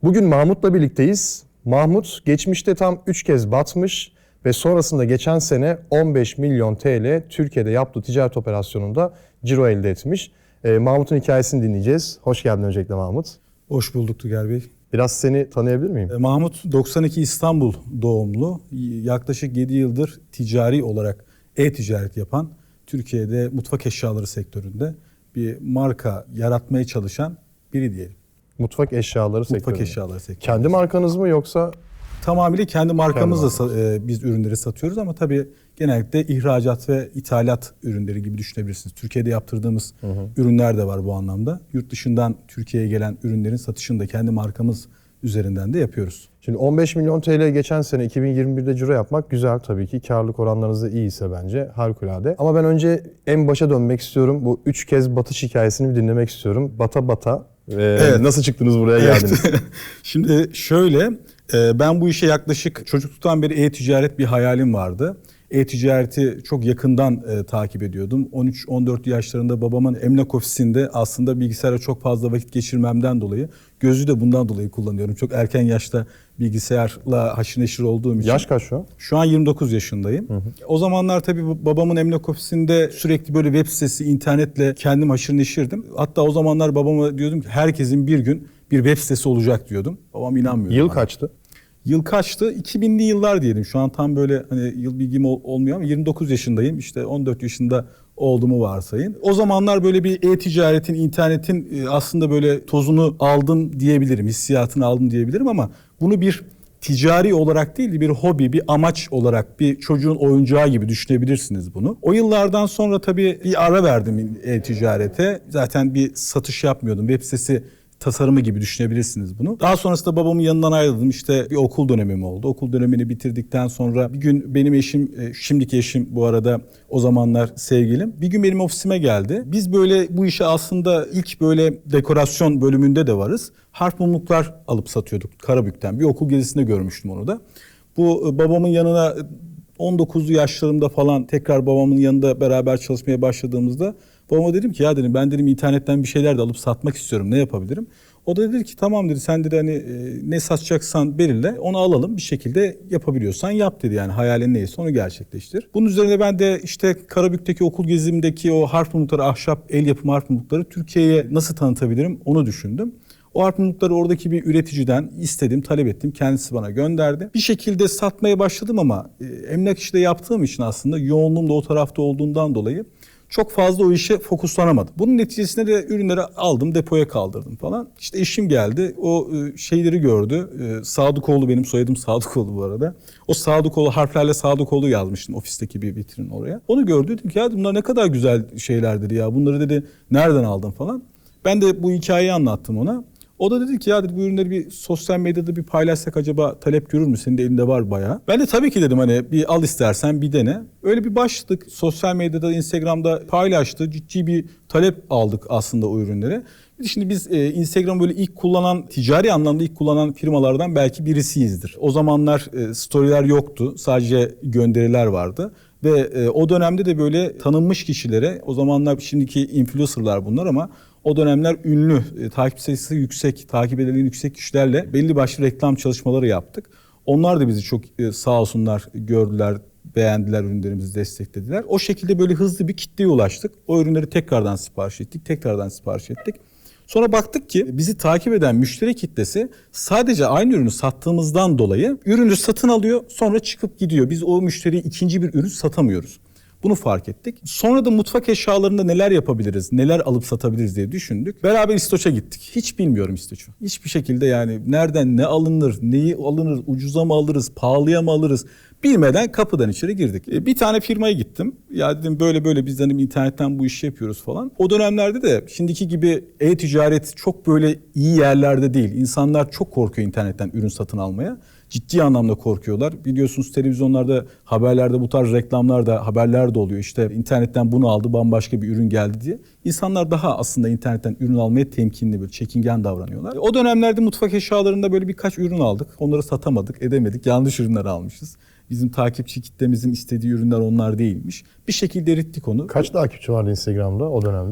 Bugün Mahmut'la birlikteyiz. Mahmut geçmişte tam 3 kez batmış ve sonrasında geçen sene 15 milyon TL Türkiye'de yaptığı ticaret operasyonunda ciro elde etmiş. Mahmut'un hikayesini dinleyeceğiz. Hoş geldin öncelikle Mahmut. Hoş bulduk Tugay Bey. Biraz seni tanıyabilir miyim? Mahmut 92 İstanbul doğumlu. Yaklaşık 7 yıldır ticari olarak e-ticaret yapan, Türkiye'de mutfak eşyaları sektöründe bir marka yaratmaya çalışan biri diyelim. Mutfak eşyaları sektörü. Mutfak eşyaları sektörü. Kendi markanız mı yoksa? Tamamıyla kendi markamızla biz ürünleri satıyoruz ama tabii genellikle ihracat ve ithalat ürünleri gibi düşünebilirsiniz. Türkiye'de yaptırdığımız ürünler de var bu anlamda. Yurt dışından Türkiye'ye gelen ürünlerin satışını da kendi markamız üzerinden de yapıyoruz. Şimdi 15 milyon TL geçen sene 2021'de ciro yapmak güzel tabii ki. Karlılık oranlarınız da iyiyse bence harikulade. Ama ben önce en başa dönmek istiyorum. Bu 3 kez batış hikayesini bir dinlemek istiyorum. Bata bata. Evet. Nasıl çıktınız buraya geldiniz? Şimdi şöyle, ben bu işe yaklaşık çocukluktan beri e-ticaret bir hayalim vardı. E-ticareti çok yakından takip ediyordum. 13-14 yaşlarında babamın emlak ofisinde aslında bilgisayara çok fazla vakit geçirmemden dolayı, gözü de bundan dolayı kullanıyorum. Çok erken yaşta bilgisayarla haşır neşir olduğum için. Yaş kaç şu an? Şu an 29 yaşındayım. O zamanlar tabii babamın emlak ofisinde sürekli böyle web sitesi, internetle kendim haşır neşirdim. Hatta o zamanlar babama diyordum ki herkesin bir gün bir web sitesi olacak diyordum. Babam inanmıyordu. Yıl bana. kaçtı? Yıl kaçtı? 2000'li yıllar diyelim. Şu an tam böyle hani yıl bilgim olmuyor ama 29 yaşındayım. İşte 14 yaşında olduğumu varsayın. O zamanlar böyle bir e-ticaretin, internetin aslında böyle tozunu aldım diyebilirim. Hissiyatını aldım diyebilirim ama bunu bir ticari olarak değil de bir hobi, bir amaç olarak, bir çocuğun oyuncağı gibi düşünebilirsiniz bunu. O yıllardan sonra tabii bir ara verdim e-ticarete. Zaten bir satış yapmıyordum. Web sitesi tasarımı gibi düşünebilirsiniz bunu. Daha sonrasında babamın yanından ayrıldım. İşte bir okul dönemim oldu. Okul dönemini bitirdikten sonra bir gün benim eşim, şimdiki eşim bu arada o zamanlar sevgilim, bir gün benim ofisime geldi. Biz böyle bu işe aslında ilk böyle dekorasyon bölümünde de varız. Harf mumluklar alıp satıyorduk Karabük'ten. Bir okul gezisinde görmüştüm onu da. Bu babamın yanına 19'lu yaşlarımda falan tekrar babamın yanında beraber çalışmaya başladığımızda babama dedim ki ya dedim ben dedim internetten bir şeyler de alıp satmak istiyorum, ne yapabilirim? O da dedi ki tamam dedi, sen dedi hani ne satacaksan belirle, onu alalım, bir şekilde yapabiliyorsan yap dedi, yani hayalin neyse onu gerçekleştir. Bunun üzerine ben de işte Karabük'teki okul gezimdeki o harf mumlukları, ahşap el yapımı harf mumlukları Türkiye'ye nasıl tanıtabilirim onu düşündüm. O harf mumlukları oradaki bir üreticiden istedim, talep ettim. Kendisi bana gönderdi. Bir şekilde satmaya başladım ama emlak işi de yaptığım için aslında yoğunluğum da o tarafta olduğundan dolayı çok fazla o işe fokuslanamadım. Bunun neticesinde de ürünleri aldım, depoya kaldırdım falan. İşte eşim geldi, o şeyleri gördü. Sadıkoğlu, benim soyadım Sadıkoğlu bu arada. O Sadıkoğlu, harflerle Sadıkoğlu yazmıştım ofisteki bir vitrin oraya. Onu gördü, dedim ki ya bunlar ne kadar güzel şeyler dedi ya. Bunları dedi nereden aldın falan. Ben de bu hikayeyi anlattım ona. O da dedi ki ya dedi, bu ürünleri bir sosyal medyada bir paylaşsak acaba talep görür mü? Senin de elinde var bayağı. Ben de tabii ki dedim hani bir al istersen bir dene. Öyle bir başladık. Sosyal medyada, Instagram'da paylaştı. Ciddi bir talep aldık aslında o ürünleri. Şimdi biz Instagram böyle ilk kullanan, ticari anlamda ilk kullanan firmalardan belki birisiyizdir. O zamanlar storyler yoktu. Sadece gönderiler vardı. Ve o dönemde de böyle tanınmış kişilere, o zamanlar şimdiki influencerlar bunlar ama o dönemler ünlü, takip sayısı yüksek, takip edilen yüksek kişilerle belli başlı reklam çalışmaları yaptık. Onlar da bizi çok sağ olsunlar gördüler, beğendiler, ürünlerimizi desteklediler. O şekilde böyle hızlı bir kitleye ulaştık. O ürünleri tekrardan sipariş ettik. Sonra baktık ki bizi takip eden müşteri kitlesi sadece aynı ürünü sattığımızdan dolayı ürünü satın alıyor, sonra çıkıp gidiyor. Biz o müşteriye ikinci bir ürün satamıyoruz. Bunu fark ettik. Sonra da mutfak eşyalarında neler yapabiliriz, neler alıp satabiliriz diye düşündük. Beraber İstoç'a gittik. Hiç bilmiyorum İstoç'u. Hiçbir şekilde yani nereden ne alınır, neyi alınır, ucuza mı alırız, pahalıya mı alırız bilmeden kapıdan içeri girdik. Bir tane firmaya gittim. Ya dedim böyle biz dedim internetten bu işi yapıyoruz falan. O dönemlerde de şimdiki gibi e-ticaret çok böyle iyi yerlerde değil. İnsanlar çok korkuyor internetten ürün satın almaya. Ciddi anlamda korkuyorlar. Biliyorsunuz televizyonlarda, haberlerde bu tarz reklamlar da, haberler de oluyor. İşte internetten bunu aldı, bambaşka bir ürün geldi diye. İnsanlar daha aslında internetten ürün almaya temkinli, böyle çekingen davranıyorlar. O dönemlerde mutfak eşyalarında böyle birkaç ürün aldık. Onları satamadık, edemedik. Yanlış ürünler almışız. Bizim takipçi kitlemizin istediği ürünler onlar değilmiş. Bir şekilde erittik onu. Kaç takipçi vardı Instagram'da o dönemde?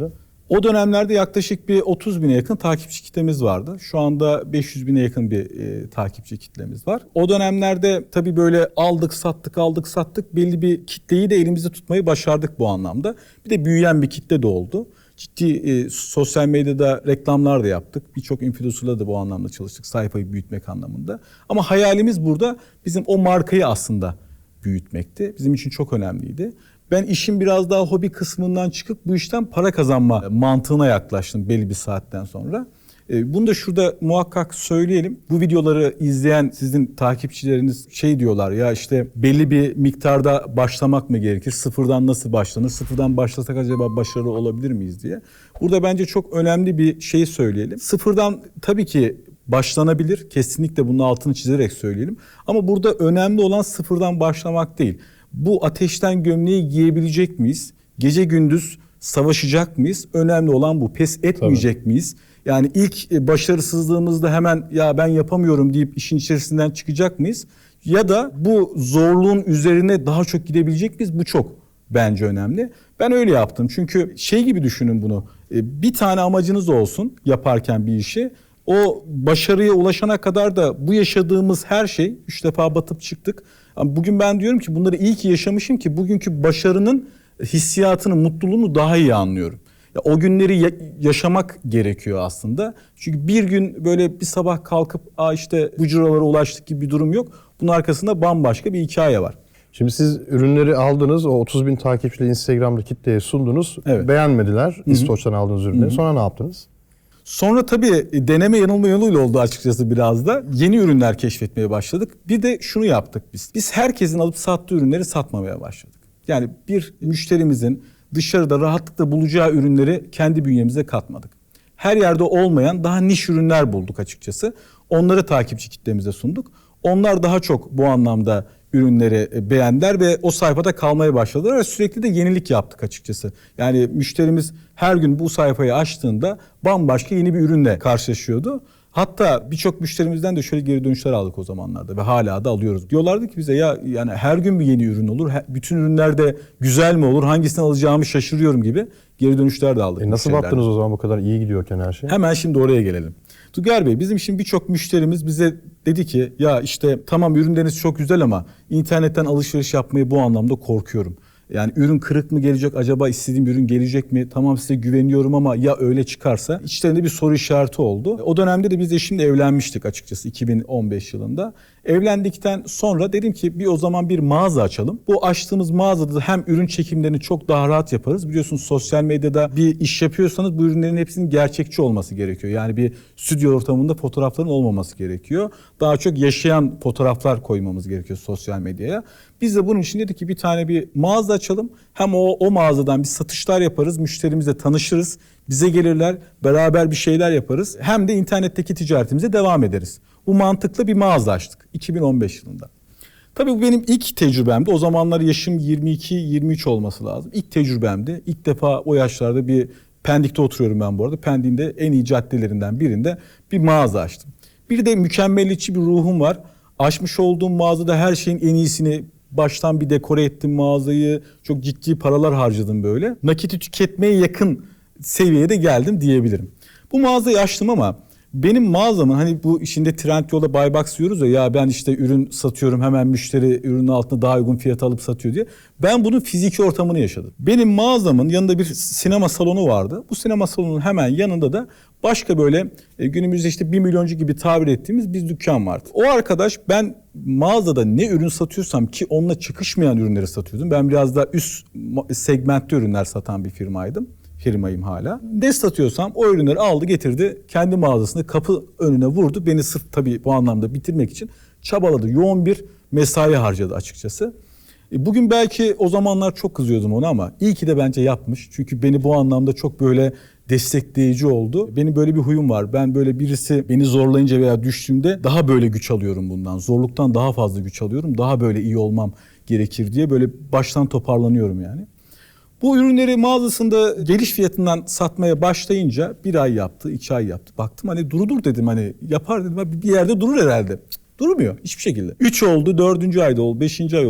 O dönemlerde yaklaşık bir 30 bine yakın takipçi kitlemiz vardı. Şu anda 500 bine yakın bir takipçi kitlemiz var. O dönemlerde tabii böyle aldık sattık belli bir kitleyi de elimizde tutmayı başardık bu anlamda. Bir de büyüyen bir kitle de oldu. Ciddi sosyal medyada reklamlar da yaptık. Birçok influencer'la da bu anlamda çalıştık. Sayfayı büyütmek anlamında. Ama hayalimiz burada bizim o markayı aslında büyütmekti. Bizim için çok önemliydi. Ben işin biraz daha hobi kısmından çıkıp bu işten para kazanma mantığına yaklaştım belli bir saatten sonra. Bunu da şurada muhakkak söyleyelim. Bu videoları izleyen sizin takipçileriniz şey diyorlar ya işte belli bir miktarda başlamak mı gerekir? Sıfırdan nasıl başlanır? Sıfırdan başlasak acaba başarılı olabilir miyiz diye. Burada bence çok önemli bir şey söyleyelim. Sıfırdan tabii ki başlanabilir. Kesinlikle bunun altını çizerek söyleyelim. Ama burada önemli olan sıfırdan başlamak değil. Bu ateşten gömleği giyebilecek miyiz? Gece gündüz savaşacak mıyız? Önemli olan bu. Pes etmeyecek miyiz? Yani ilk başarısızlığımızda hemen ya ben yapamıyorum deyip işin içerisinden çıkacak mıyız? Ya da bu zorluğun üzerine daha çok gidebilecek miyiz? Bu çok bence önemli. Ben öyle yaptım. Çünkü şey gibi düşünün bunu. Bir tane amacınız olsun yaparken bir işi. O başarıya ulaşana kadar da bu yaşadığımız her şey 3 defa batıp çıktık. Ama bugün ben diyorum ki bunları iyi ki yaşamışım ki bugünkü başarının hissiyatını, mutluluğunu daha iyi anlıyorum. Ya, o günleri yaşamak gerekiyor aslında. Çünkü bir gün böyle bir sabah kalkıp işte bu cirolara ulaştık gibi bir durum yok. Bunun arkasında bambaşka bir hikaye var. Şimdi siz ürünleri aldınız, o 30 bin takipçili Instagram'da kitleye sundunuz. Evet. Beğenmediler İstoç'tan aldığınız ürünleri. Hı-hı. Sonra ne yaptınız? Sonra tabii deneme yanılma yoluyla oldu açıkçası biraz da. Yeni ürünler keşfetmeye başladık. Bir de şunu yaptık biz. Biz herkesin alıp sattığı ürünleri satmamaya başladık. Yani bir müşterimizin dışarıda rahatlıkla bulacağı ürünleri kendi bünyemize katmadık. Her yerde olmayan daha niş ürünler bulduk açıkçası. Onları takipçi kitlemize sunduk. Onlar daha çok bu anlamda ürünleri beğendiler ve o sayfada kalmaya başladılar ve sürekli de yenilik yaptık açıkçası. Yani müşterimiz her gün bu sayfayı açtığında bambaşka yeni bir ürünle karşılaşıyordu. Hatta birçok müşterimizden de şöyle geri dönüşler aldık o zamanlarda ve hala da alıyoruz. Diyorlardı ki bize ya yani her gün bir yeni ürün olur, bütün ürünler de güzel mi olur, hangisini alacağımı şaşırıyorum gibi geri dönüşler de aldık. Nasıl baktınız o zaman bu kadar iyi gidiyorken her şey? Hemen şimdi oraya gelelim. Tugay Bey bizim şimdi birçok müşterimiz bize dedi ki ya işte tamam ürünleriniz çok güzel ama internetten alışveriş yapmayı bu anlamda korkuyorum. Yani ürün kırık mı gelecek, acaba istediğim ürün gelecek mi? Tamam size güveniyorum ama ya öyle çıkarsa? İçlerinde bir soru işareti oldu. O dönemde de biz eşimle evlenmiştik açıkçası 2015 yılında. Evlendikten sonra dedim ki o zaman bir mağaza açalım. Bu açtığımız mağazada da hem ürün çekimlerini çok daha rahat yaparız. Biliyorsunuz sosyal medyada bir iş yapıyorsanız bu ürünlerin hepsinin gerçekçi olması gerekiyor. Yani bir stüdyo ortamında fotoğrafların olmaması gerekiyor. Daha çok yaşayan fotoğraflar koymamız gerekiyor sosyal medyaya. Biz de bunun için dedik ki bir tane bir mağaza açalım. Hem o mağazadan bir satışlar yaparız, müşterimizle tanışırız. Bize gelirler, beraber bir şeyler yaparız. Hem de internetteki ticaretimize devam ederiz. Bu mantıkla bir mağaza açtık 2015 yılında. Tabii bu benim ilk tecrübemdi. O zamanlar yaşım 22-23 olması lazım. İlk tecrübemdi. İlk defa o yaşlarda bir Pendik'te oturuyorum ben bu arada. Pendik'in de en iyi caddelerinden birinde bir mağaza açtım. Bir de mükemmeliyetçi bir ruhum var. Açmış olduğum mağazada her şeyin en iyisini baştan bir dekore ettim mağazayı. Çok ciddi paralar harcadım böyle. Nakiti tüketmeye yakın seviyede geldim diyebilirim. Bu mağazayı açtım ama benim mağazamın hani bu işinde Trendyol'da buy box diyoruz ya ben işte ürün satıyorum hemen müşteri ürünün altına daha uygun fiyata alıp satıyor diye. Ben bunun fiziki ortamını yaşadım. Benim mağazamın yanında bir sinema salonu vardı. Bu sinema salonunun hemen yanında da başka böyle günümüzde işte 1 milyoncu gibi tabir ettiğimiz bir dükkan vardı. O arkadaş ben mağazada ne ürün satıyorsam ki onunla çıkışmayan ürünleri satıyordum. Ben biraz daha üst segmentte ürünler satan bir firmayım hala. Ne satıyorsam o ürünleri aldı getirdi kendi mağazasında kapı önüne vurdu. Beni sırf tabii bu anlamda bitirmek için çabaladı. Yoğun bir mesai harcadı açıkçası. Bugün belki o zamanlar çok kızıyordum ona ama iyi ki de bence yapmış. Çünkü beni bu anlamda çok böyle destekleyici oldu. Benim böyle bir huyum var. Ben böyle birisi beni zorlayınca veya düştüğümde daha böyle güç alıyorum bundan. Zorluktan daha fazla güç alıyorum. Daha böyle iyi olmam gerekir diye böyle baştan toparlanıyorum yani. Bu ürünleri mağazasında geliş fiyatından satmaya başlayınca 1 ay yaptı, 2 ay yaptı. Baktım hani dur dedim hani yapar dedim bir yerde durur herhalde. Durmuyor hiçbir şekilde. 3 oldu, 4. ayda oldu, 5. ay oldu.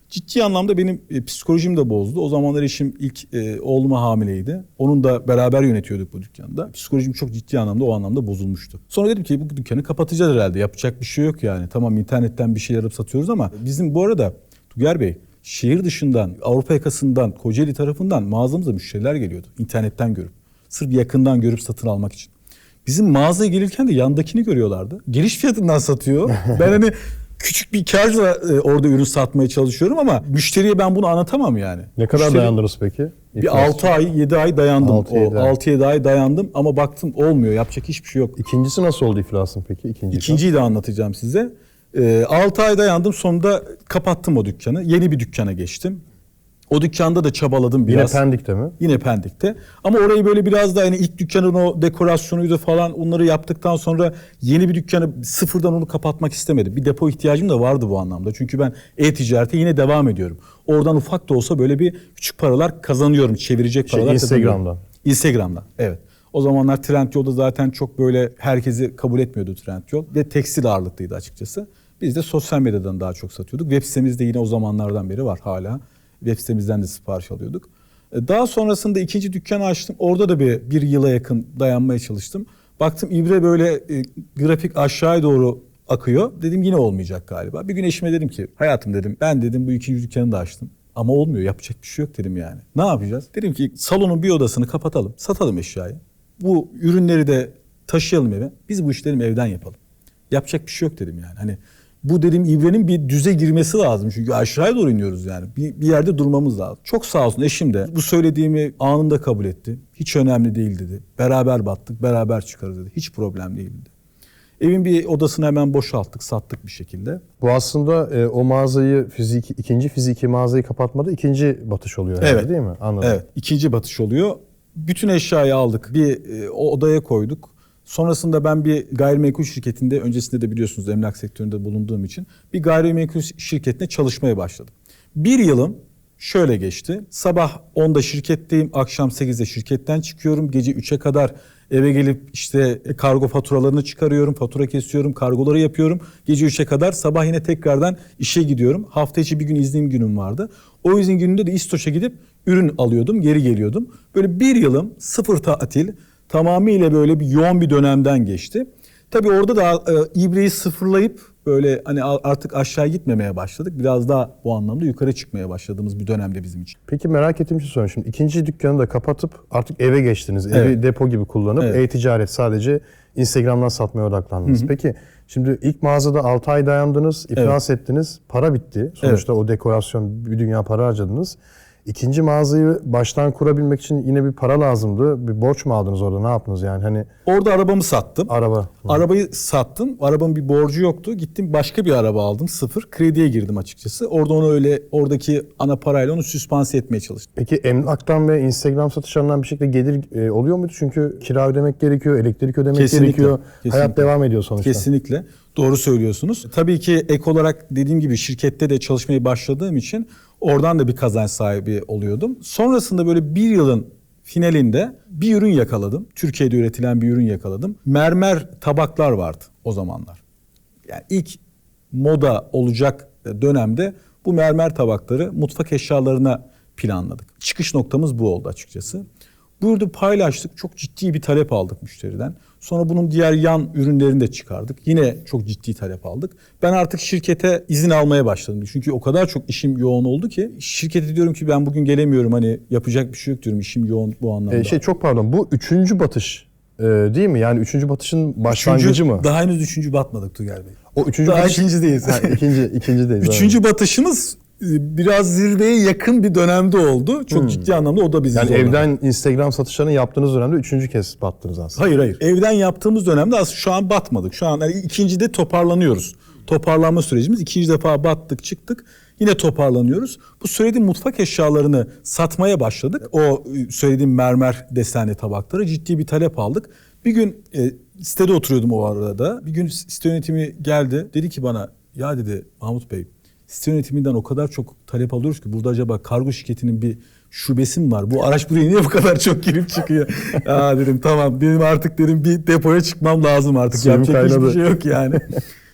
ciddi anlamda benim psikolojimi de bozdu. O zamanlar eşim ilk oğluma hamileydi. Onun da beraber yönetiyorduk bu dükkanda. Psikolojim çok ciddi anlamda o anlamda bozulmuştu. Sonra dedim ki bu dükkanı kapatacağız herhalde. Yapacak bir şey yok yani. Tamam internetten bir şey alıp satıyoruz ama bizim bu arada Tugay Bey şehir dışından, Avrupa yakasından, Kocaeli tarafından mağazamıza müşteriler geliyordu. İnternetten görüp. Sırf yakından görüp satın almak için. Bizim mağazaya gelirken de yandakini görüyorlardı. Giriş fiyatından satıyor. Ben hani küçük bir karla orada ürün satmaya çalışıyorum ama müşteriye ben bunu anlatamam yani. Ne kadar dayandınız peki? Bir 6 ay, 7 ay dayandım. 6-7 ay dayandım ama baktım olmuyor. Yapacak hiçbir şey yok. İkincisi nasıl oldu iflasın peki? İkinciyi de anlatacağım size. 6 ay dayandım. Sonunda kapattım o dükkanı. Yeni bir dükkana geçtim. O dükkanda da çabaladım biraz. Yine Pendik'te mi? Yine Pendik'te. Ama orayı böyle biraz da hani ilk dükkanın o dekorasyonuydu falan onları yaptıktan sonra yeni bir dükkanı sıfırdan onu kapatmak istemedim. Bir depo ihtiyacım da vardı bu anlamda. Çünkü ben e-ticarete yine devam ediyorum. Oradan ufak da olsa böyle bir küçük paralar kazanıyorum. Çevirecek paralar Instagram'dan. Instagram'dan evet. O zamanlar Trendyol'da zaten çok böyle herkesi kabul etmiyordu Trendyol. Ve tekstil ağırlıklıydı açıkçası. Biz de sosyal medyadan daha çok satıyorduk. Web sitemizde yine o zamanlardan beri var hala. Web sitemizden de sipariş alıyorduk. Daha sonrasında ikinci dükkanı açtım. Orada da bir yıla yakın dayanmaya çalıştım. Baktım ibre böyle grafik aşağıya doğru akıyor. Dedim yine olmayacak galiba. Bir gün eşime dedim ki hayatım dedim ben dedim bu ikinci dükkanı da açtım. Ama olmuyor yapacak bir şey yok dedim yani. Ne yapacağız? Dedim ki salonun bir odasını kapatalım. Satalım eşyayı. Bu ürünleri de taşıyalım eve. Biz bu işleri evden yapalım. Yapacak bir şey yok dedim yani. Hani bu dedim ibrenin bir düze girmesi lazım. Çünkü aşağıya doğru iniyoruz yani. Bir yerde durmamız lazım. Çok sağ olsun eşim de bu söylediğimi anında kabul etti. Hiç önemli değil dedi. Beraber battık, beraber çıkarız dedi. Hiç problem değil dedi. Evin bir odasını hemen boşalttık, sattık bir şekilde. Bu aslında o mağazayı ikinci fiziki mağazayı kapatmada ikinci batış oluyor herhalde, değil mi? Anladım. Evet, ikinci batış oluyor. Bütün eşyayı aldık, bir odaya koyduk. Sonrasında ben bir gayrimenkul şirketinde, öncesinde de biliyorsunuz emlak sektöründe bulunduğum için bir gayrimenkul şirketine çalışmaya başladım. Bir yılım şöyle geçti. Sabah 10'da şirketteyim, akşam 8'de şirketten çıkıyorum. Gece 3'e kadar eve gelip işte kargo faturalarını çıkarıyorum, fatura kesiyorum, kargoları yapıyorum. Gece 3'e kadar sabah yine tekrardan işe gidiyorum. Hafta içi bir gün izin günüm vardı. O izin gününde de İstoç'a gidip ürün alıyordum, geri geliyordum. Böyle bir yılım sıfır tatil, tamamıyla böyle bir yoğun bir dönemden geçti. Tabii orada da ibreyi sıfırlayıp böyle hani artık aşağı gitmemeye başladık. Biraz daha bu anlamda yukarı çıkmaya başladığımız bir dönemde bizim için. Peki merak ettiğim şey sorayım. Şimdi ikinci dükkanı da kapatıp artık eve geçtiniz. Evi depo gibi kullanıp e-ticaret sadece Instagram'dan satmaya odaklandınız. Peki şimdi ilk mağazada 6 ay dayandınız, iflas ettiniz, para bitti. Sonuçta o dekorasyon bir dünya para harcadınız. İkinci mağazayı baştan kurabilmek için yine bir para lazımdı. Bir borç mu aldınız orada? Ne yaptınız yani? Hani orada arabamı sattım. Araba. Arabayı sattım. Arabanın bir borcu yoktu. Gittim başka bir araba aldım. Sıfır. Krediye girdim açıkçası. Orada onu öyle oradaki ana parayla onu süspanse etmeye çalıştım. Peki emlaktan ve Instagram satışlarından bir şekilde gelir oluyor muydu? Çünkü kira ödemek gerekiyor, elektrik ödemek gerekiyor. Hayat devam ediyor sonuçta. Kesinlikle. Doğru söylüyorsunuz. Tabii ki ek olarak dediğim gibi şirkette de çalışmaya başladığım için oradan da bir kazanç sahibi oluyordum. Sonrasında böyle bir yılın finalinde bir ürün yakaladım. Türkiye'de üretilen bir ürün yakaladım. Mermer tabaklar vardı o zamanlar. Yani ilk moda olacak dönemde bu mermer tabakları mutfak eşyalarına planladık. Çıkış noktamız bu oldu açıkçası. Burada paylaştık. Çok ciddi bir talep aldık müşteriden. Sonra bunun diğer yan ürünlerini de çıkardık. Yine çok ciddi talep aldık. Ben artık şirkete izin almaya başladım. Çünkü o kadar çok işim yoğun oldu ki şirkete diyorum ki ben bugün gelemiyorum. Hani yapacak bir şey yok diyorum. İşim yoğun bu anlamda. Çok pardon. Bu üçüncü batış değil mi? Yani üçüncü batışın başlangıcı mı? Daha henüz üçüncü batmadık Tugay Bey. O üçüncü daha batış... ikincideyiz. İkincideyiz. Üçüncü batışımız biraz zirveye yakın bir dönemde oldu. Çok ciddi anlamda o da bizi Yani zorladı. evden Instagram satışlarını yaptığınız dönemde üçüncü kez battınız aslında. Hayır. Evden yaptığımız dönemde aslında şu an batmadık. Şu an yani ikincide toparlanıyoruz. Toparlanma sürecimiz. İkinci defa battık çıktık. Yine toparlanıyoruz. Bu söylediğim mutfak eşyalarını satmaya başladık. O söylediğim mermer desenli tabakları ciddi bir talep aldık. Bir gün sitede oturuyordum o arada. Bir gün site yönetimi geldi. Dedi ki bana ya dedi Mahmut Bey site yönetiminden o kadar çok talep alıyoruz ki burada acaba kargo şirketinin bir şubesi mi var? Bu araç buraya niye bu kadar çok girip çıkıyor? Dedim tamam dedim artık dedim bir depoya çıkmam lazım artık. Suyum Yapacak kaynadı. hiçbir şey yok yani.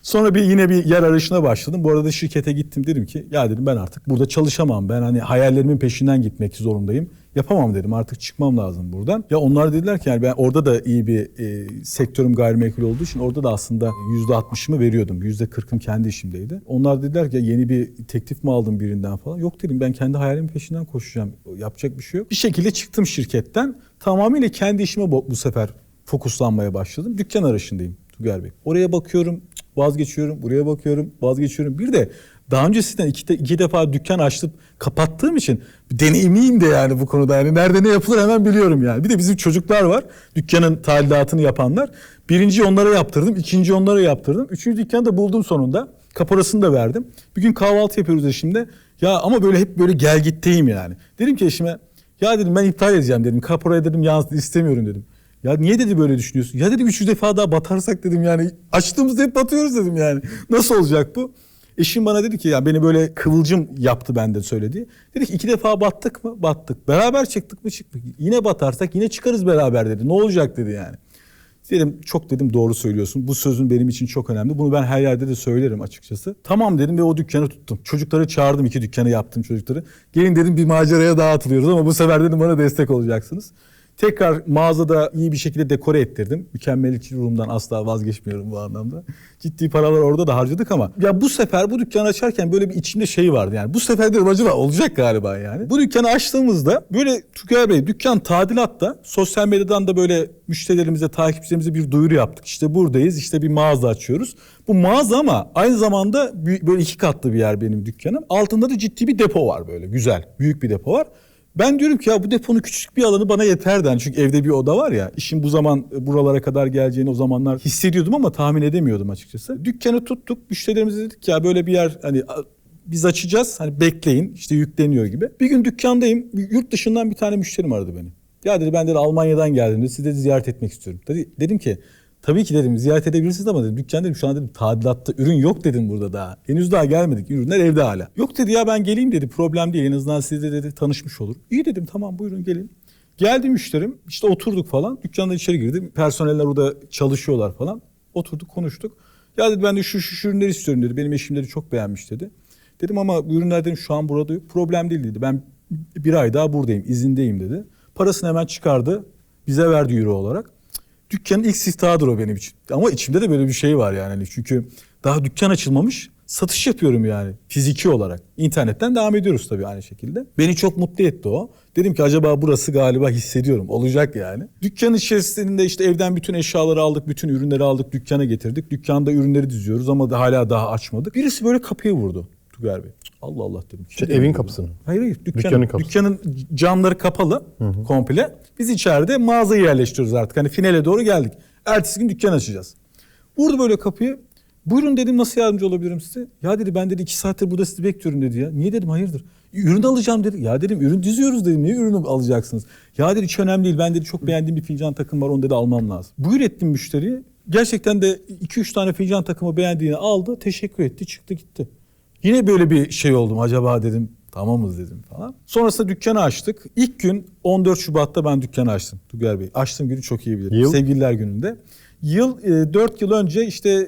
Sonra yine bir yer arayışına başladım. Bu arada şirkete gittim, dedim ki ya dedim ben artık burada çalışamam. Ben hani hayallerimin peşinden gitmek zorundayım. Yapamam dedim, artık çıkmam lazım buradan. Ya onlar dediler ki yani ben orada da iyi bir sektörüm gayrimenkul olduğu için orada da aslında %60'ımı veriyordum. %40'ım kendi işimdeydi. Onlar dediler ki yeni bir teklif mi aldın birinden falan. Yok dedim, ben kendi hayalimin peşinden koşacağım. Yapacak bir şey yok. Bir şekilde çıktım şirketten. Tamamıyla kendi işime bu sefer fokuslanmaya başladım. Dükkan arayışındayım Tugay Bey. Oraya bakıyorum, vazgeçiyorum. Buraya bakıyorum, vazgeçiyorum. Bir de daha öncesinden iki defa dükkan açtım, kapattığım için deneyimliyim de yani bu konuda. Yani nerede ne yapılır hemen biliyorum yani. Bir de bizim çocuklar var, dükkanın tadilatını yapanlar. Birinci onlara yaptırdım, ikinci onlara yaptırdım. Üçüncü dükkanı da buldum sonunda. Kaparasını da verdim. Bir gün kahvaltı yapıyoruz eşimle. Ya ama böyle hep böyle gel gitteyim yani. Dedim ki eşime, ya dedim ben iptal edeceğim dedim. Kaparaya dedim istemiyorum dedim. Ya niye dedi böyle düşünüyorsun? Ya dedim 3 defa daha batarsak dedim yani. Açtığımızda hep batıyoruz dedim yani. Nasıl olacak bu? Eşim bana dedi ki ya beni böyle kıvılcım yaptı benden söylediği. Dedi ki 2 defa battık mı? Battık. Beraber çıktık mı? Çıktık. Yine batarsak yine çıkarız beraber dedi. Ne olacak dedi yani. Dedim çok dedim doğru söylüyorsun. Bu sözün benim için çok önemli. Bunu ben her yerde de söylerim açıkçası. Tamam dedim ve o dükkanı tuttum. Çocukları çağırdım, 2 dükkanı yaptım çocukları. Gelin dedim bir maceraya daha atılıyoruz ama bu sefer dedim bana destek olacaksınız. Tekrar mağazada iyi bir şekilde dekore ettirdim. Mükemmeliyetçi ruhumdan asla vazgeçmiyorum bu anlamda. Ciddi paralar orada da harcadık ama ya bu sefer bu dükkanı açarken böyle bir içimde şey vardı yani. Bu sefer dedim acaba olacak galiba yani. Bu dükkanı açtığımızda böyle Tugay Bey dükkan tadilatta, sosyal medyadan da böyle müşterilerimize, takipçilerimize bir duyuru yaptık. İşte buradayız, işte bir mağaza açıyoruz. Bu mağaza ama aynı zamanda böyle 2 katlı bir yer benim dükkanım. Altında da ciddi bir depo var böyle güzel, büyük bir depo var. Ben diyorum ki ya bu deponun küçük bir alanı bana yeterdi. Yani çünkü evde bir oda var ya, işin bu zaman buralara kadar geleceğini o zamanlar hissediyordum ama tahmin edemiyordum açıkçası. Dükkanı tuttuk, müşterilerimize dedik ya böyle bir yer hani biz açacağız, hani bekleyin, işte yükleniyor gibi. Bir gün dükkandayım, yurt dışından bir tane müşterim aradı beni. Ya dedi ben dedi Almanya'dan geldim dedi, sizi de ziyaret etmek istiyorum. Dedim ki tabii ki dedim ziyaret edebilirsiniz ama dedim dükkan dedim şu an dedim tadilatta ürün yok dedim burada daha. Henüz daha gelmedik, ürünler evde hala. Yok dedi ya ben geleyim dedi, problem değil, en azından sizle dedi tanışmış olur. İyi dedim tamam buyurun gelin. Geldi müşterim, işte oturduk falan, dükkandan içeri girdim. Personeller orada çalışıyorlar falan. Oturduk konuştuk. Ya dedi ben de şu ürünleri istiyorum dedi, benim eşim dedi çok beğenmiş dedi. Dedim ama bu ürünler dedim şu an burada yok, problem değil dedi. Ben 1 ay daha buradayım, izindeyim dedi. Parasını hemen çıkardı, bize verdi euro olarak. Dükkanın ilk siftahıdır o benim için. Ama içimde de böyle bir şey var yani. Çünkü daha dükkan açılmamış, satış yapıyorum yani fiziki olarak. İnternetten devam ediyoruz tabii aynı şekilde. Beni çok mutlu etti o. Dedim ki acaba burası galiba hissediyorum. Olacak yani. Dükkanın içerisinde işte evden bütün eşyaları aldık, bütün ürünleri aldık, dükkana getirdik. Dükkanda ürünleri diziyoruz ama hala daha açmadık. Birisi böyle kapıya vurdu Tugay Bey. Allah Allah dedim. İşte evin kapısını. Hayır Dükkanın kapısı. Dükkanın camları kapalı komple. Biz içeride mağazayı yerleştiriyoruz artık. Hani finale doğru geldik. Ertesi gün dükkan açacağız. Vurdu böyle kapıyı. Buyurun dedim nasıl yardımcı olabilirim size? Ya dedi ben dedi 2 saattir burada sizi bekliyorum dedi ya. Niye dedim hayırdır? Ürün alacağım dedi. Ya dedim ürün diziyoruz dedim. Niye ürünü alacaksınız? Ya dedi hiç önemli değil. Ben dedi çok beğendiğim bir fincan takım var onu dedi almam lazım. Buyur ettim müşteriye. Gerçekten de 2-3 tane fincan takımı beğendiğini aldı. Teşekkür etti çıktı gitti. Yine böyle bir şey oldum. Acaba dedim tamamız dedim falan. Sonrasında dükkanı açtık. İlk gün 14 Şubat'ta ben dükkanı açtım Tugay Bey. Açtığım günü çok iyi bilirim. Yıl? Sevgililer gününde. Yıl 4 yıl önce işte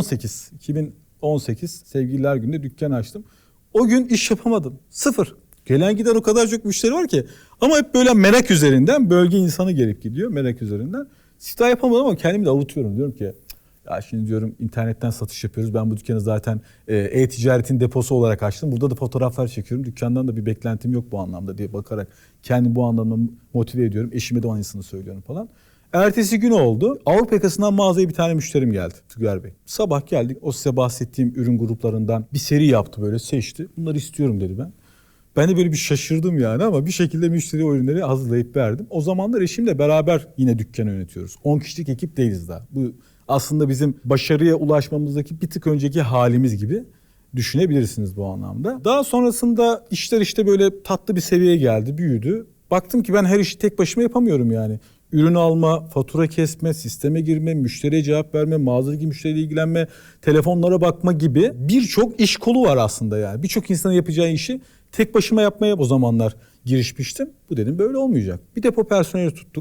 2018 Sevgililer gününde dükkanı açtım. O gün iş yapamadım. 0. Gelen giden o kadar çok müşteri var ki. Ama hep böyle merak üzerinden bölge insanı gelip gidiyor merak üzerinden. Siftah yapamadım ama kendimi de avutuyorum. Diyorum ki ya şimdi diyorum internetten satış yapıyoruz. Ben bu dükkanı zaten e-ticaretin deposu olarak açtım. Burada da fotoğraflar çekiyorum. Dükkandan da bir beklentim yok bu anlamda diye bakarak kendimi bu anlamda motive ediyorum. Eşime de aynısını söylüyorum falan. Ertesi gün oldu. Avrupa yakasından mağazaya bir tane müşterim geldi Tugay Bey. Sabah geldik. O size bahsettiğim ürün gruplarından bir seri yaptı böyle seçti. Bunları istiyorum dedi ben. Ben de böyle bir şaşırdım yani ama bir şekilde müşteriye o ürünleri hazırlayıp verdim. O zamanlar eşimle beraber yine dükkanı yönetiyoruz. 10 kişilik ekip değiliz daha. Bu aslında bizim başarıya ulaşmamızdaki bir tık önceki halimiz gibi düşünebilirsiniz bu anlamda. Daha sonrasında işler işte böyle tatlı bir seviyeye geldi, büyüdü. Baktım ki ben her işi tek başıma yapamıyorum yani. Ürün alma, fatura kesme, sisteme girme, müşteriye cevap verme, mağazadaki müşteriyle ilgilenme, telefonlara bakma gibi birçok iş kolu var aslında yani. Birçok insanın yapacağı işi tek başıma yapmaya o zamanlar girişmiştim. Bu dedim böyle olmayacak. Bir depo personeli tuttuk.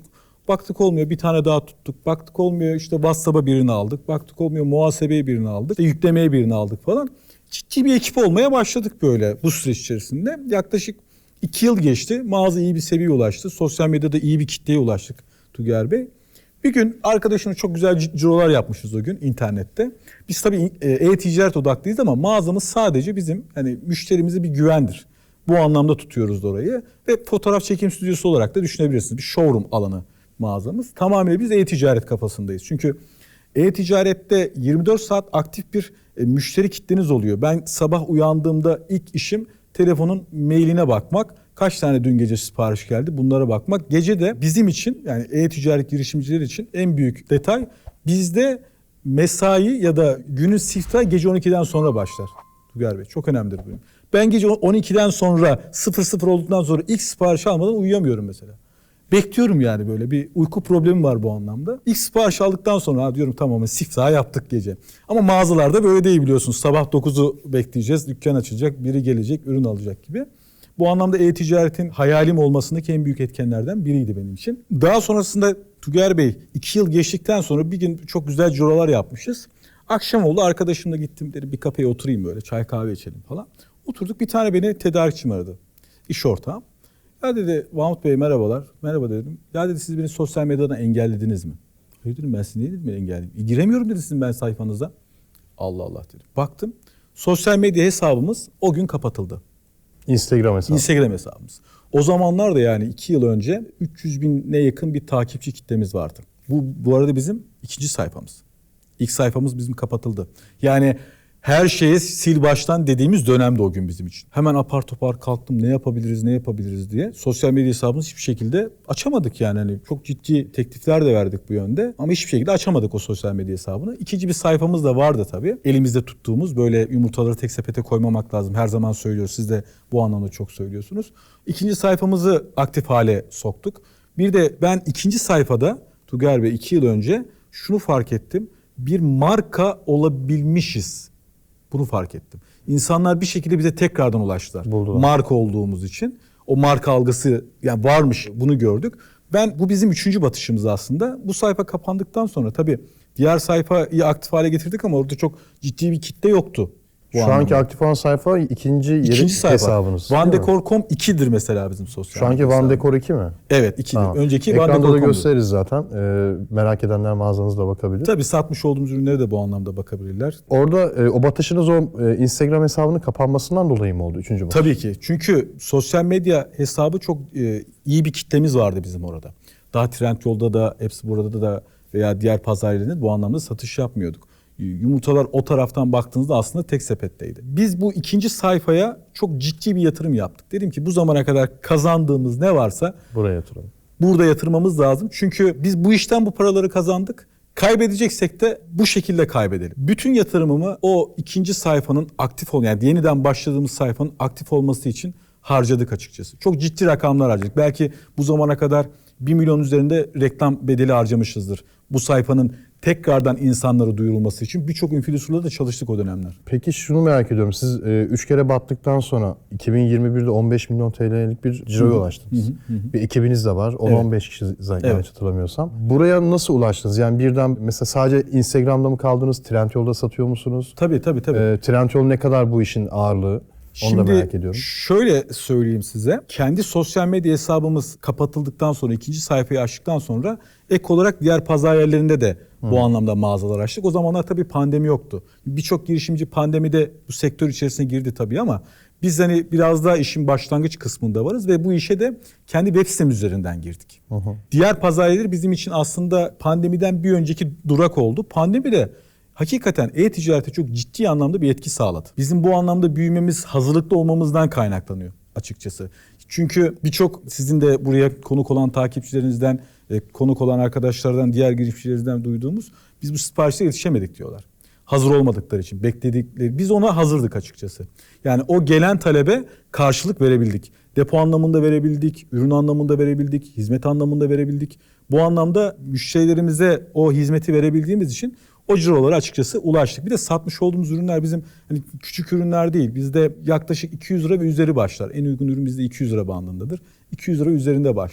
Baktık olmuyor, bir tane daha tuttuk. Baktık olmuyor, işte WhatsApp'a birini aldık. Baktık olmuyor, muhasebeye birini aldık. İşte yüklemeye birini aldık falan. Ciddi bir ekip olmaya başladık böyle bu süreç içerisinde. Yaklaşık 2 yıl geçti. Mağaza iyi bir seviyeye ulaştı. Sosyal medyada iyi bir kitleye ulaştık Tugay Bey. Bir gün arkadaşımla çok güzel cirolar yapmışız o gün internette. Biz tabii e-ticaret odaklıyız ama mağazamız sadece bizim hani müşterimize bir güvendir. Bu anlamda tutuyoruz orayı ve fotoğraf çekim stüdyosu olarak da düşünebilirsiniz. Bir showroom alanı mağazamız. Tamamıyla biz e-ticaret kafasındayız. Çünkü e-ticarette 24 saat aktif bir müşteri kitleniz oluyor. Ben sabah uyandığımda ilk işim telefonun mailine bakmak. Kaç tane dün gece sipariş geldi bunlara bakmak. Gece de bizim için yani e-ticaret girişimciler için en büyük detay bizde mesai ya da günün siftahı gece 12'den sonra başlar. Tugay Bey çok önemlidir bu. Ben gece 12'den sonra 00 olduktan sonra ilk sipariş almadan uyuyamıyorum mesela. Bekliyorum yani böyle bir uyku problemi var bu anlamda. İlk sipariş aldıktan sonra diyorum tamam siftahı yaptık gece. Ama mağazalarda böyle değil biliyorsunuz. Sabah 9'u bekleyeceğiz, dükkan açılacak, biri gelecek, ürün alacak gibi. Bu anlamda e-ticaretin hayalim olmasındaki en büyük etkenlerden biriydi benim için. Daha sonrasında Tugay Bey 2 yıl geçtikten sonra bir gün çok güzel cirolar yapmışız. Akşam oldu arkadaşımla gittim dedim bir kafeye oturayım böyle çay kahve içelim falan. Oturduk bir tane beni tedarikçim aradı. İş ortağım. Ya dedi Mahmut Bey merhabalar. Merhaba dedim. Ya dedi siz beni sosyal medyadan engellediniz mi? Hayır dedim ben sizi niye dedim engelledim. Giremiyorum dedi sizin ben sayfanıza. Allah Allah dedim. Baktım sosyal medya hesabımız o gün kapatıldı. Instagram hesabı. Instagram hesabımız. O zamanlar da yani 2 yıl önce 300 bine yakın bir takipçi kitlemiz vardı. Bu arada bizim ikinci sayfamız. İlk sayfamız bizim kapatıldı. Yani her şeye sil baştan dediğimiz dönemde o gün bizim için. Hemen apar topar kalktım ne yapabiliriz diye. Sosyal medya hesabımızı hiçbir şekilde açamadık yani. Hani çok ciddi teklifler de verdik bu yönde. Ama hiçbir şekilde açamadık o sosyal medya hesabını. İkinci bir sayfamız da vardı tabii. Elimizde tuttuğumuz böyle yumurtaları tek sepete koymamak lazım. Her zaman söylüyoruz. Siz de bu anlamda çok söylüyorsunuz. İkinci sayfamızı aktif hale soktuk. Bir de ben ikinci sayfada Tugay Bey 2 yıl önce şunu fark ettim. Bir marka olabilmişiz. Bunu fark ettim. İnsanlar bir şekilde bize tekrardan ulaştılar. Buldular. Marka olduğumuz için. O marka algısı yani varmış bunu gördük. Bu bizim 3. batışımız aslında. Bu sayfa kapandıktan sonra tabii diğer sayfayı aktif hale getirdik ama orada çok ciddi bir kitle yoktu. Şu anki aktif olan sayfa ikinci sayfa. hesabınız. Vandekor.com 2'dir mesela bizim sosyal. Şu anki Vandekor 2 mi? Evet 2'dir. Tamam. Önceki Ekranda da Vandekor.com'du. gösteririz zaten. Merak edenler mağazanızda bakabilir. Tabii satmış olduğumuz ürünlere de bu anlamda bakabilirler. Orada o batışınız o Instagram hesabının kapanmasından dolayı mı oldu? 3. batış. Tabii ki. Çünkü sosyal medya hesabı çok iyi bir kitlemiz vardı bizim orada. Daha Trendyol'da da, hepsi burada da veya diğer pazar yerlerinde bu anlamda satış yapmıyorduk. Yumurtalar o taraftan baktığınızda aslında tek sepetteydi. Biz bu ikinci sayfaya çok ciddi bir yatırım yaptık. Dedim ki bu zamana kadar kazandığımız ne varsa Buraya yatıralım. burada yatırmamız lazım. Çünkü biz bu işten bu paraları kazandık. Kaybedeceksek de bu şekilde kaybedelim. Bütün yatırımımı o ikinci sayfanın aktif yani yeniden başladığımız sayfanın aktif olması için harcadık açıkçası. Çok ciddi rakamlar harcadık. Belki bu zamana kadar 1 milyon üzerinde reklam bedeli harcamışızdır. Bu sayfanın tekrardan insanlara duyurulması için birçok influencer'la da çalıştık o dönemler. Peki şunu merak ediyorum. Siz 3 kere battıktan sonra 2021'de 15 milyon TL'lik bir ciroya ulaştınız. Bir ekibiniz de var. 10-15 kişi yanlış hatırlamıyorsam. Buraya nasıl ulaştınız? Yani birden mesela sadece Instagram'da mı kaldınız? Trendyol'da satıyor musunuz? Tabii. Trendyol ne kadar bu işin ağırlığı? Onu da merak ediyorum. Şöyle söyleyeyim size. Kendi sosyal medya hesabımız kapatıldıktan sonra, ikinci sayfayı açtıktan sonra ek olarak diğer pazar yerlerinde de bu anlamda mağazalar açtık. O zamanlar tabii pandemi yoktu. Birçok girişimci pandemide bu sektör içerisine girdi tabii ama biz hani biraz daha işin başlangıç kısmında varız ve bu işe de kendi web sitemiz üzerinden girdik. Diğer pazar yerleri bizim için aslında pandemiden bir önceki durak oldu. Pandemi de hakikaten e-ticarete çok ciddi anlamda bir etki sağladı. Bizim bu anlamda büyümemiz, hazırlıklı olmamızdan kaynaklanıyor açıkçası. Çünkü birçok sizin de buraya konuk olan takipçilerinizden, konuk olan arkadaşlardan, diğer girişimcilerimizden duyduğumuz biz bu siparişe yetişemedik diyorlar. Hazır olmadıkları için bekledikleri. Biz ona hazırdık açıkçası. Yani o gelen talebe karşılık verebildik. Depo anlamında verebildik, ürün anlamında verebildik, hizmet anlamında verebildik. Bu anlamda müşterilerimize o hizmeti verebildiğimiz için o cirolara açıkçası ulaştık. Bir de satmış olduğumuz ürünler bizim hani küçük ürünler değil. Bizde yaklaşık 200 lira ve üzeri başlar. En uygun ürün bizde 200 lira bandındadır. 200 lira üzerinde başlıyor.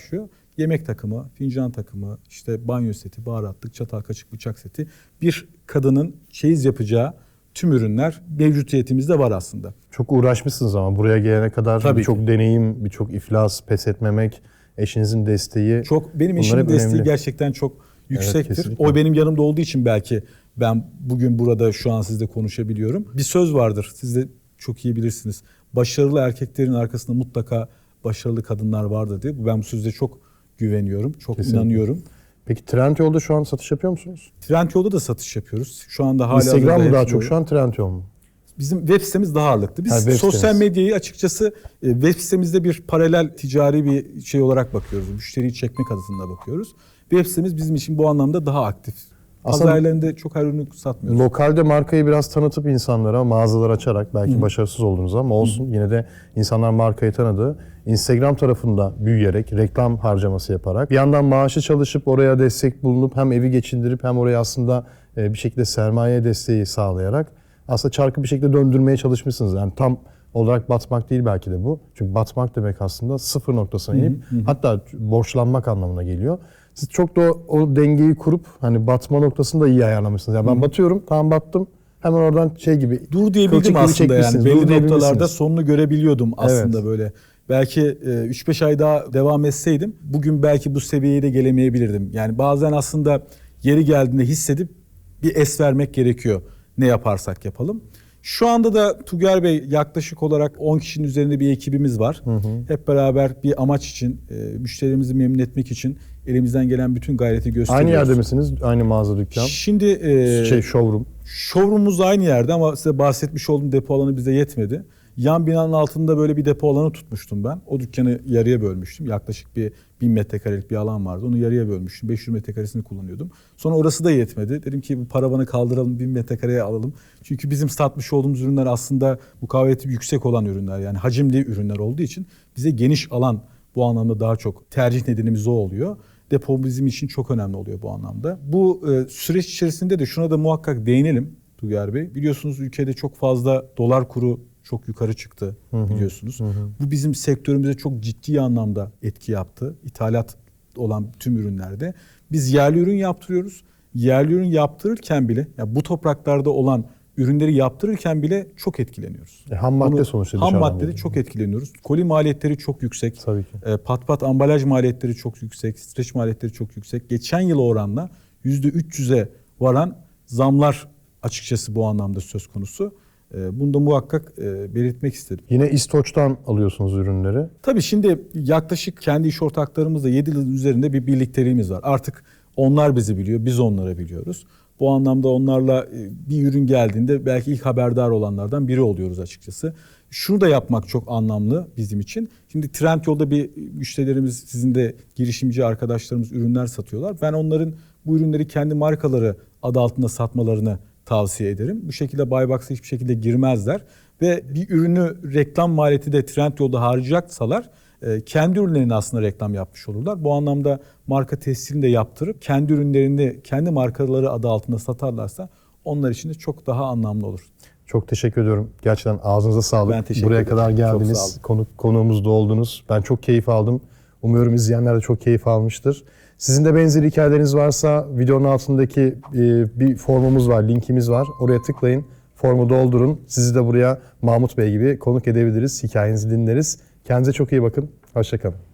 yemek takımı, fincan takımı, işte banyo seti, baharatlık, çatal, kaşık, bıçak seti. Bir kadının çeyiz yapacağı tüm ürünler mevcutiyetimizde var aslında. Çok uğraşmışsınız ama buraya gelene kadar Tabii birçok deneyim, birçok iflas, pes etmemek, eşinizin desteği. Çok benim bunlar eşimin hep desteği önemli. gerçekten çok yüksektir. kesinlikle. O benim yanımda olduğu için belki ben bugün burada şu an sizle konuşabiliyorum. Bir söz vardır. Siz de çok iyi bilirsiniz. Başarılı erkeklerin arkasında mutlaka başarılı kadınlar vardır diye. Ben bu sözde çok güveniyorum. Çok Kesinlikle. inanıyorum. Peki Trendyol'da şu an satış yapıyor musunuz? Trendyol'da da satış yapıyoruz. Şu anda hala Instagram mı daha hepsi çok böyle. şu an Trendyol mu? Bizim web sitemiz daha ağırlıklı. Biz web sosyal sitemiz. medyayı açıkçası web sitemizde bir paralel ticari bir şey olarak bakıyoruz. Müşteriyi çekmek adına bakıyoruz. Web sitemiz bizim için bu anlamda daha aktif. Aslında- Pazar yerlerinde çok her ürünü satmıyoruz. Lokalde markayı biraz tanıtıp insanlara mağazalar açarak belki başarısız oldunuz ama olsun yine de insanlar markayı tanıdı. Instagram tarafında büyüyerek, reklam harcaması yaparak bir yandan maaşı çalışıp oraya destek bulunup hem evi geçindirip hem oraya aslında bir şekilde sermaye desteği sağlayarak aslında çarkı bir şekilde döndürmeye çalışmışsınız. Yani tam olarak batmak değil belki de bu. Çünkü batmak demek aslında sıfır noktasına inip hatta borçlanmak anlamına geliyor. Siz çok da o dengeyi kurup hani batma noktasını da iyi ayarlamışsınız. Yani ben batıyorum, tamam battım. Hemen oradan şey gibi Dur diyebildim kılçık gibi aslında yani. çekmişsiniz, Belli dur diyebilmişsiniz. noktalarda sonunu görebiliyordum aslında Evet. böyle. Belki 3-5 ay daha devam etseydim bugün belki bu seviyeye de gelemeyebilirdim. Yani bazen aslında yeri geldiğinde hissedip bir es vermek gerekiyor. Ne yaparsak yapalım. Şu anda da Tugay Bey yaklaşık olarak 10 kişinin üzerinde bir ekibimiz var. Hep beraber bir amaç için, müşterimizi memnun etmek için elimizden gelen bütün gayreti gösteriyoruz. Aynı yerde misiniz? Aynı mağaza dükkan? Şimdi Showroom. showroom'umuz aynı yerde ama size bahsetmiş olduğum depo alanı bize yetmedi. Yan binanın altında böyle bir depo alanı tutmuştum ben. O dükkanı yarıya bölmüştüm. Yaklaşık bir 1000 metrekarelik bir alan vardı. Onu yarıya bölmüştüm. 500 metrekaresini kullanıyordum. Sonra orası da yetmedi. Dedim ki bu paravanı kaldıralım, 1000 metrekareye alalım. Çünkü bizim satmış olduğumuz ürünler aslında mukavemeti yüksek olan ürünler. Yani hacimli ürünler olduğu için bize geniş alan bu anlamda daha çok tercih nedenimiz o oluyor. Depo bizim için çok önemli oluyor bu anlamda. Bu süreç içerisinde de şuna da muhakkak değinelim Tugay Bey. Biliyorsunuz ülkede çok fazla dolar kuru çok yukarı çıktı biliyorsunuz. Bu bizim sektörümüze çok ciddi anlamda etki yaptı. İthalat olan tüm ürünlerde. Biz yerli ürün yaptırıyoruz. Yerli ürün yaptırırken bile yani bu topraklarda olan ürünleri yaptırırken bile çok etkileniyoruz. Ham madde Bunu- sonuçta Ham dışarıdan maddede geliyor. çok etkileniyoruz. Koli maliyetleri çok yüksek. Tabii ki. Pat ambalaj maliyetleri çok yüksek. Streç maliyetleri çok yüksek. Geçen yıl oranla %300'e varan zamlar açıkçası bu anlamda söz konusu. Bunu da muhakkak belirtmek istedim. Yine İstoç'tan alıyorsunuz ürünleri. Tabii şimdi yaklaşık kendi iş ortaklarımızla 7 yılın üzerinde bir birlikteliğimiz var. Artık onlar bizi biliyor, biz onları biliyoruz. Bu anlamda onlarla bir ürün geldiğinde belki ilk haberdar olanlardan biri oluyoruz açıkçası. Şunu da yapmak çok anlamlı bizim için. Şimdi Trendyol'da bir müşterilerimiz, sizin de girişimci arkadaşlarımız ürünler satıyorlar. Ben onların bu ürünleri kendi markaları adı altında satmalarını tavsiye ederim. Bu şekilde Buybox'a hiçbir şekilde girmezler. Ve bir ürünü reklam maliyeti de Trendyol'da harcayacaksalar kendi ürünlerini aslında reklam yapmış olurlar. Bu anlamda marka tescilini de yaptırıp kendi ürünlerini kendi markaları adı altında satarlarsa onlar için de çok daha anlamlı olur. Çok teşekkür ediyorum. Gerçekten ağzınıza sağlık. Ben teşekkür Buraya ederim. kadar Çok sağ geldiniz. olun. Konuğumuzda oldunuz. Ben çok keyif aldım. Umuyorum izleyenler de çok keyif almıştır. Sizin de benzer hikayeleriniz varsa videonun altındaki bir formumuz var, linkimiz var. Oraya tıklayın, formu doldurun. Sizi de buraya Mahmut Bey gibi konuk edebiliriz. Hikayenizi dinleriz. Kendinize çok iyi bakın. Hoşça kalın.